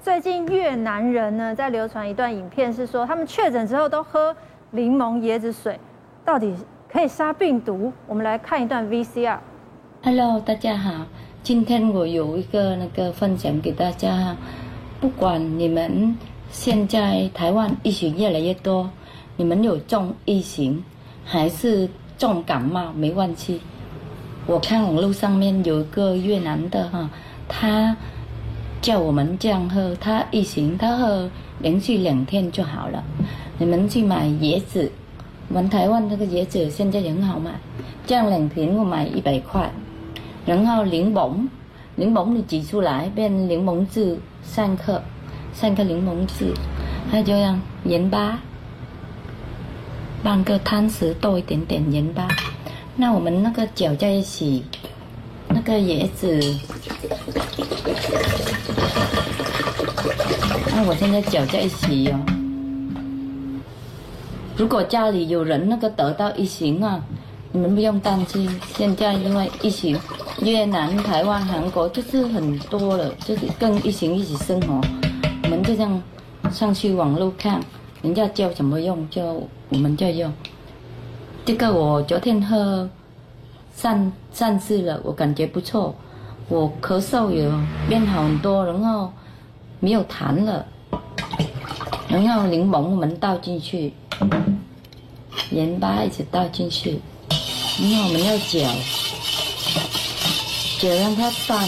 最近越南人呢在流传一段影片，是说他们确诊之后都喝柠檬椰子水，到底可以杀病毒？我们来看一段 VCR。 Hello， 大家好，今天我有一个分享给大家，不管你们现在台湾疫情越来越多，你们有中疫情还是重感冒没关系。我看网络上面有一个越南的他叫我们这样喝，他疫情他喝连续2天就好了。你们去买椰子，我们台湾那个椰子现在很好买，这样2瓶我买100块。然后柠檬你挤出来变柠檬汁3克柠檬汁，还有这样盐巴，半个汤匙多一点点盐巴。那我们搅在一起，椰子，那我现在搅在一起哦。如果家里有人得到疫情你们不用担心。现在因为疫情，越南、台湾、韩国就是很多了，就是跟疫情一起生活。我们就这样上去网络看，人家教怎么用，我们就用。这个我昨天喝3次了，我感觉不错，我咳嗽有变好很多，然后没有痰了。然后柠檬我们倒进去，盐巴一起倒进去。然后我们要搅让它散，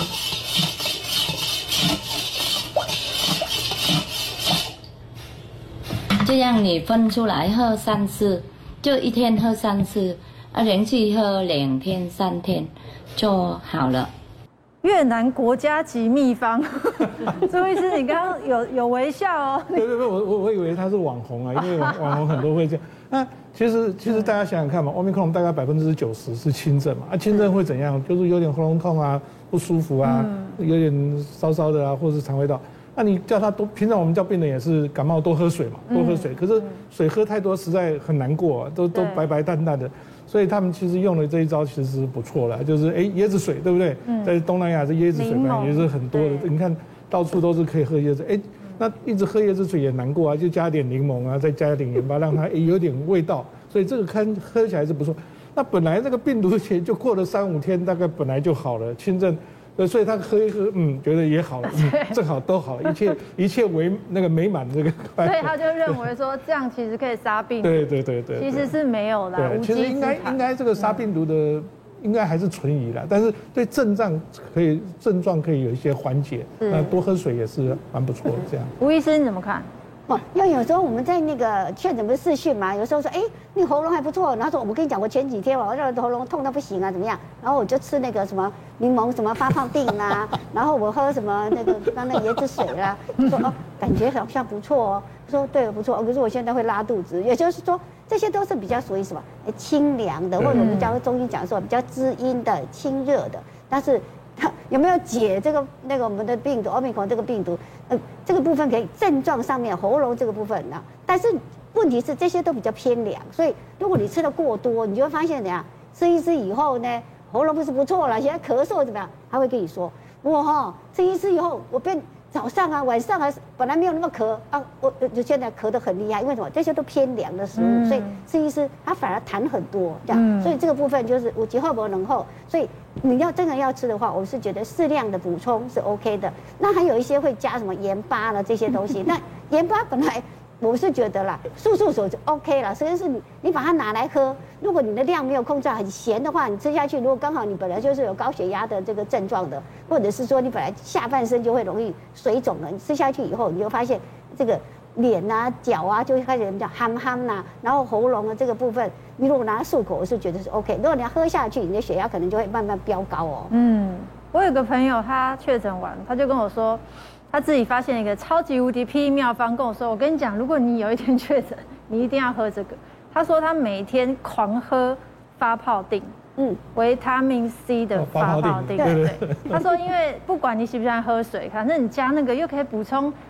这样你分出来喝3次，就1天喝3次，连续喝2天3天就好了。 越南国家级秘方，朱医师，你刚刚有微笑哦。 对，我以为他是网红因为网红很多会这样。那其实大家想想看嘛，Omicron大概90%是轻症嘛，轻症会怎样？就是有点喉咙痛不舒服有点烧烧的或是肠胃道。那你叫他平常我们叫病人也是感冒多喝水嘛，多喝水。可是水喝太多实在很难过都白白淡淡的。所以他们其实用的这一招其实不错了，就是椰子水，对不对？在东南亚这椰子水反正也是很多的，你看到处都是可以喝椰子。那一直喝椰子水也难过就加点柠檬再加点盐巴，让它有点味道。所以这个喝起来是不错。那本来这个病毒就过了3-5天，大概本来就好了，轻症。所以他喝一喝，觉得也好了，正好都好了，一切为美满这个。 所以他就认为说这样其实可以杀病毒。 对， 其实是没有的。 对，其实应该这个杀病毒的应该还是存疑啦，但是对症状可以有一些缓解。那多喝水也是蛮不错的这样。 吴医生你怎么看？ 因为有时候我们在确诊不是视讯嘛，有时候说你喉咙还不错，然后说我跟你讲，我前几天我让喉咙痛到不行怎么样？然后我就吃什么柠檬什么发泡锭然后我喝什么刚椰子水啦，说感觉好像不错说对不错，可是我现在会拉肚子，也就是说这些都是比较属于什么清凉的，或者我们中医讲说比较滋阴的、清热的，但是。有没有解我们的病毒 Omicron 这个病毒？这个部分可以症状上面喉咙这个部分但是问题是这些都比较偏凉，所以如果你吃的过多，你就会发现吃一吃以后呢，喉咙不错了，现在咳嗽怎么样？他会跟你说，吃一吃以后我变。早上晚上本来没有那么咳我就现在咳得很厉害，因为什么？这些都偏凉的食物，所以吃一吃它反而痰很多，这样。所以这个部分就是我节后不能后，所以你真的要吃的话，我是觉得适量的补充是 OK 的。那还有一些会加什么盐巴了这些东西，那盐巴本来。我是觉得啦，漱手就 OK 了。实际是你把它拿来喝，如果你的量没有控制很咸的话，你吃下去，如果刚好你本来就是有高血压的这个症状的，或者是说你本来下半身就会容易水肿了，你吃下去以后，你就发现这个脸脚就会开始叫憨然后喉咙的这个部分，你如果拿来漱口，我是觉得是 OK。如果你要喝下去，你的血压可能就会慢慢飙高我有个朋友他确诊完，他就跟我说。他自己发现一个超级无敌霹雳妙方，跟我说：“我跟你讲，如果你有一天确诊，你一定要喝这个。”他说他每天狂喝发泡锭，维他命 C 的发泡锭。对，他说因为不管你喜不喜欢喝水，反正你加那个又可以补充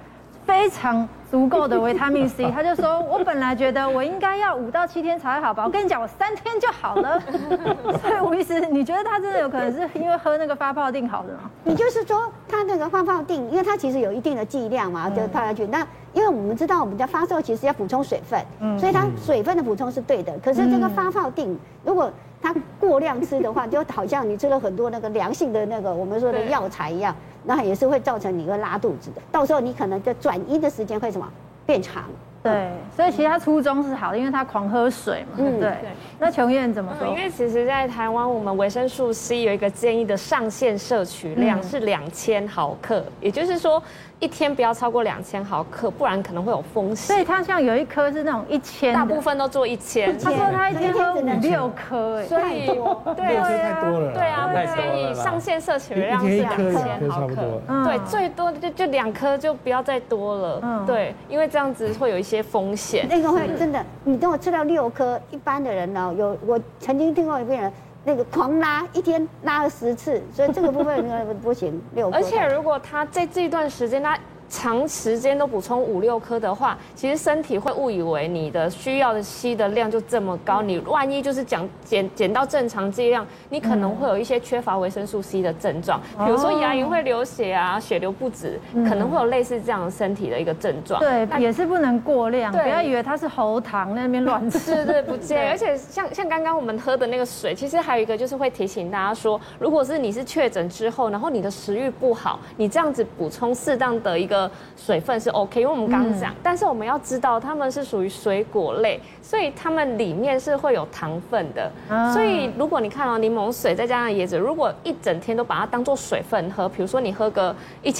非常足够的维他命 C， 他就说我本来觉得我应该要5到7天才会好吧，我跟你讲，我3天就好了。所以吴医师，你觉得他真的有可能是因为喝那个发泡定好的吗？ 也就是说，他那个发泡定，因为它其实有一定的剂量嘛，就泡下去。那因为我们知道我们的发烧其实要补充水分，所以它水分的补充是对的。可是这个发泡定，如果它过量吃的话，就好像你吃了很多那个凉性的那个我们说的药材一样，那也是会造成你会拉肚子的。到时候你可能的转阴的时间会什么变长。 对，所以其实他初衷是好的，因为他狂喝水嘛。对。那琼燕怎么说？ 因为其实，在台湾我们维生素 C 有一个建议的上限摄取量是2000毫克，也就是说1天不要超过2000毫克，不然可能会有风险。 所以他像有一颗是那种1000， 大部分都做1000。 他说他一天喝5、6颗， 所以对太多了。 对啊，我建议上限摄取量是2000毫克。对，最多就2颗就不要再多了。对，因为这样子会有一些风险。 那个会真的，你等我吃到6颗，一般的人呢，我曾经听过一个人。那个狂拉，一天拉了10次，所以这个部分不行，6颗。 而且如果他在这段时间他长时间都补充5、6颗的话，其实身体会误以为你的需要的硒的量就这么高，你万一就是减到正常剂量，你可能会有一些缺乏维生素 C 的症状，比如说牙龈会流血啊，血流不止，可能会有类似这样身体的一个症状。 对，也是不能过量，不要以为它是喉糖那边乱吃。 对，不建议。而且像刚刚我们喝的那个水，其实还有一个就是会提醒大家说，如果是你是确诊之后，然后你的食欲不好，你这样子补充适当的一个水分是 OK， 因为我们刚刚讲，但是我们要知道它们是属于水果类，所以它们里面是会有糖分的。所以如果你看到柠檬水再加上椰子，如果一整天都把它当做水分喝，比如说你喝个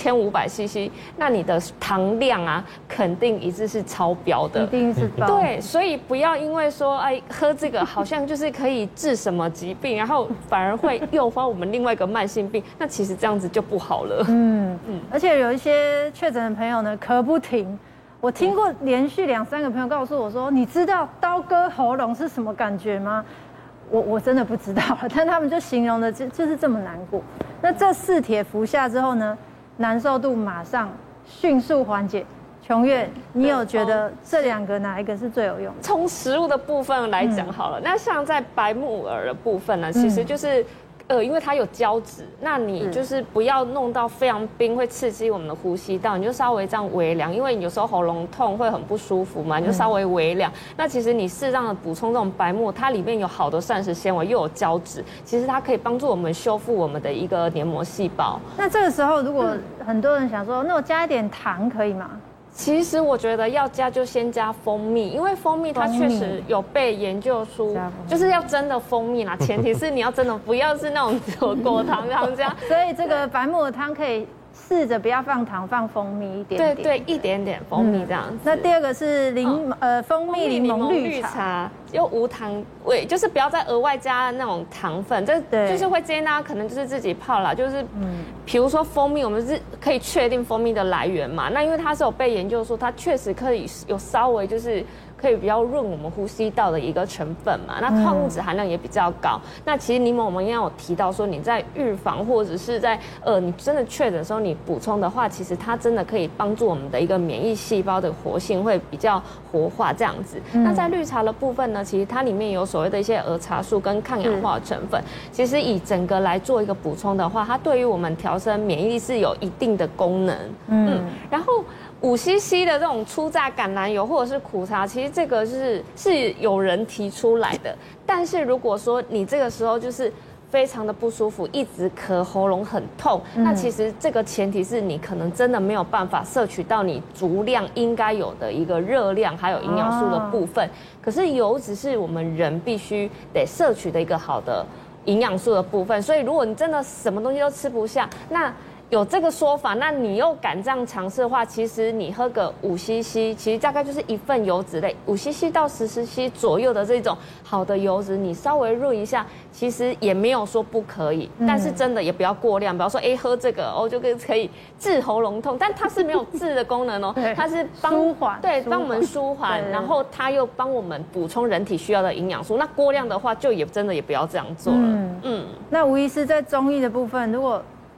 1500cc， 那你的糖量啊肯定一定是超标的， 一定是高。 对，所以不要因为说喝这个好像就是可以治什么疾病，然后反而会诱发我们另外一个慢性病，那其实这样子就不好了。 而且有一些确诊的朋友呢，咳不停。我听过连续2、3个朋友告诉我说：“你知道刀割喉咙是什么感觉吗？”我真的不知道了，但他们就形容的就是这么难过。那这4帖服下之后呢，难受度马上迅速缓解。琼月，你有觉得这2个哪一个是最有用的？ 从食物的部分来讲好了，那像在白木耳的部分呢，其实就是。因为它有胶质，那你就是不要弄到非常冰，会刺激我们的呼吸道，你就稍微这样微凉，因为你有时候喉咙痛会很不舒服嘛，你就稍微微凉。那其实你适当的补充这种白木，它里面有好的膳食纤维，又有胶质，其实它可以帮助我们修复我们的一个黏膜细胞。 那这个时候，如果很多人想说，那我加一点糖可以吗？ 其实我觉得要加就先加蜂蜜，因为蜂蜜它确实有被研究出，就是要真的蜂蜜啦，前提是你要真的不要是那种果糖这样。 所以这个白木耳汤可以试着不要放糖，放蜂蜜一点点。 对，一点点蜂蜜这样子。 那第2个是蜂蜜柠檬绿茶， 又无糖味，就是不要再额外加那种糖分，这就是会建议大家可能就是自己泡啦，就是比如说蜂蜜，我们是可以确定蜂蜜的来源嘛，那因为它是有被研究说它确实可以有稍微就是可以比较润我们呼吸道的一个成分嘛，那矿物质含量也比较高。那其实柠檬我们应该有提到说，你在预防或者是在你真的确诊的时候，你补充的话，其实它真的可以帮助我们的一个免疫细胞的活性会比较活化这样子。那在绿茶的部分呢，其实它里面有所谓的一些儿茶素跟抗氧化的成分，其实以整个来做一个补充的话，它对于我们调升免疫力是有一定的功能。然后5cc 的这种初榨橄榄油或者是苦茶，其实这个是有人提出来的。但是如果说你这个时候就是非常的不舒服，一直咳，喉咙很痛，那其实这个前提是你可能真的没有办法摄取到你足量应该有的一个热量还有营养素的部分。可是油脂是我们人必须得摄取的一个好的营养素的部分，所以如果你真的什么东西都吃不下，那有这个说法，那你又敢这样尝试的话，其实你喝个5cc， 其实大概就是1份油脂类，5cc到10cc左右的这种好的油脂，你稍微润一下，其实也没有说不可以，但是真的也不要过量，不要说喝这个就可以治喉咙痛，但它是没有治的功能它是舒缓， 帮我们舒缓，然后它又帮我们补充人体需要的营养素。那过量的话，就真的也不要这样做了。 那吴医师在中医的部分，如果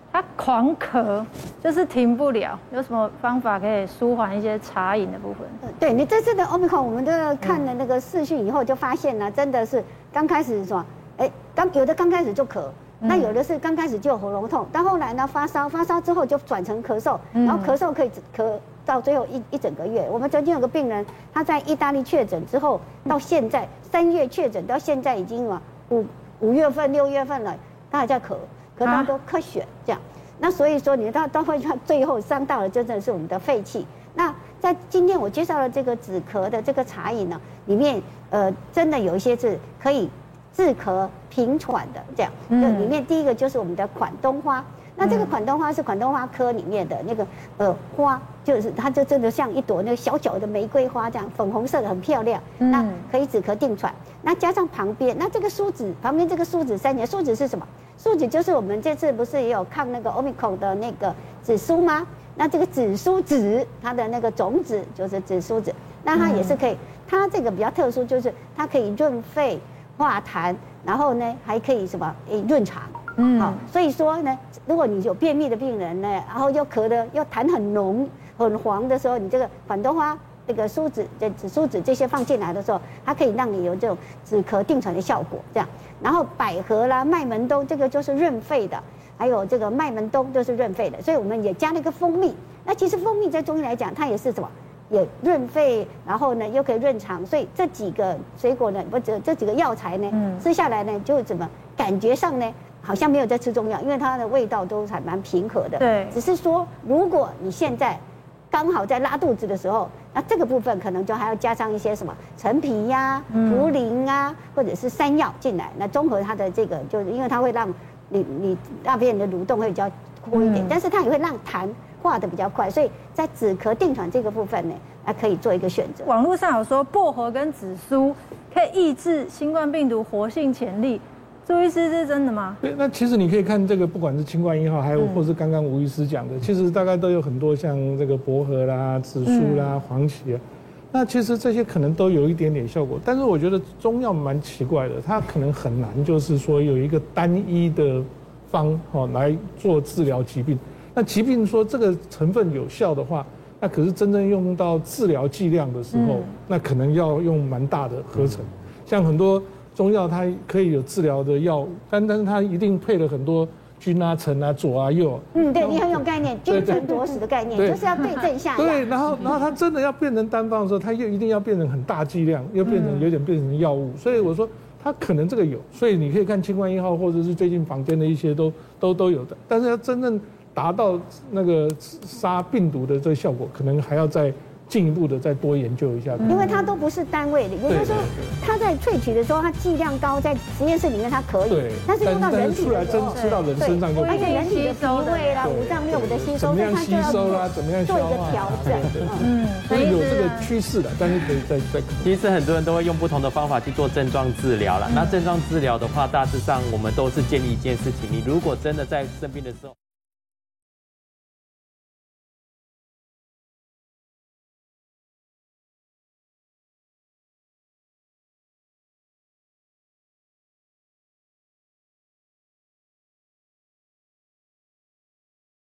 他狂咳，就是停不了，有什么方法可以舒缓一些茶饮的部分？ 对你这次的 Omicron， 我们都看了那个视讯以后，就发现呢，真的是刚开始什么，有的刚开始就咳，那有的是刚开始就有喉咙痛，到后来呢发烧之后就转成咳嗽，然后咳嗽可以咳到最后一整个月。我们曾经有个病人，他在意大利确诊之后，到现在3月确诊，到现在已经5月份、6月份了，他还在咳到都咳血这样。那所以说你到会最后伤到的真的是我们的肺气。那在今天我介绍的这个止咳的这个茶饮呢，里面真的有一些是可以治咳平喘的这样。里面第一个就是我们的款冬花。那这个款冬花是款冬花科里面的那个花，就是它就真的像一朵那个小小的玫瑰花这样，粉红色的很漂亮。那可以止咳定喘。那加上旁边，那这个苏子旁边这个苏子3节，苏子是什么？苏子就是我们这次不是也有抗那个 Omicron 的那个紫苏吗？那这个紫苏籽它的那个种子就是紫苏籽，那它也是可以，它这个比较特殊，就是它可以润肺化痰，然后呢还可以什么润肠。好，所以说呢，如果你有便秘的病人呢，然后又咳的又痰很浓很黄的时候，你这个款冬花这个苏子、紫苏籽这些放进来的时候，它可以让你有这种止咳定喘的效果。这样，然后百合啦、麦门冬这个就是润肺的，还有这个麦门冬都是润肺的，所以我们也加了一个蜂蜜。那其实蜂蜜在中医来讲，它也是什么？也润肺，然后呢又可以润肠，所以这几个水果呢，或者这几个药材呢，吃下来呢，就怎么感觉上呢？好像没有在吃中药，因为它的味道都还蛮平和的。 对， 只是说，如果你现在刚好在拉肚子的时候，那这个部分可能就还要加上一些什么陈皮呀、茯苓啊，或者是山药进来，那综合它的这个，就是因为它会让你大便的蠕动会比较多一点，但是它也会让痰化的比较快，所以在止咳定喘这个部分呢，可以做一个选择。 网络上有说薄荷跟紫苏可以抑制新冠病毒活性潜力。朱医师，这是真的吗？ 对，那其实你可以看这个，不管是清冠1号，还有或是刚刚吴医师讲的，其实大概都有很多像这个薄荷啦、紫苏啦、黄芪啊，那其实这些可能都有一点点效果。但是我觉得中药蛮奇怪的，它可能很难，就是说有一个单一的方来做治疗疾病。那疾病说这个成分有效的话，那可是真正用到治疗剂量的时候，那可能要用蛮大的合成，像很多。中药它可以有治疗的药，但是它一定配了很多君啊、臣啊、佐啊、右。 对，你很有概念，君臣佐使的概念，就是要对症下药。 对，然后它真的要变成单方的时候，它又一定要变成很大剂量，又变成药物。所以我说它可能这个有，所以你可以看清冠1号或者是最近坊间的一些都有的，但是要真正达到那个杀病毒的这个效果，可能还要再进一步的再多研究一下， 因为它都不是单位的，也就是说，它在萃取的时候，它剂量高，在实验室里面它可以，但是用到人体的时候， 吃到人身上就， 而且人体的脾胃啦、五脏六腑的吸收， 怎么样吸收啦，怎么样做一个调整， 所以有这个趋势的，但是可以再。 其实很多人都会用不同的方法去做症状治疗了。那症状治疗的话，大致上我们都是建议一件事情：你如果真的在生病的时候。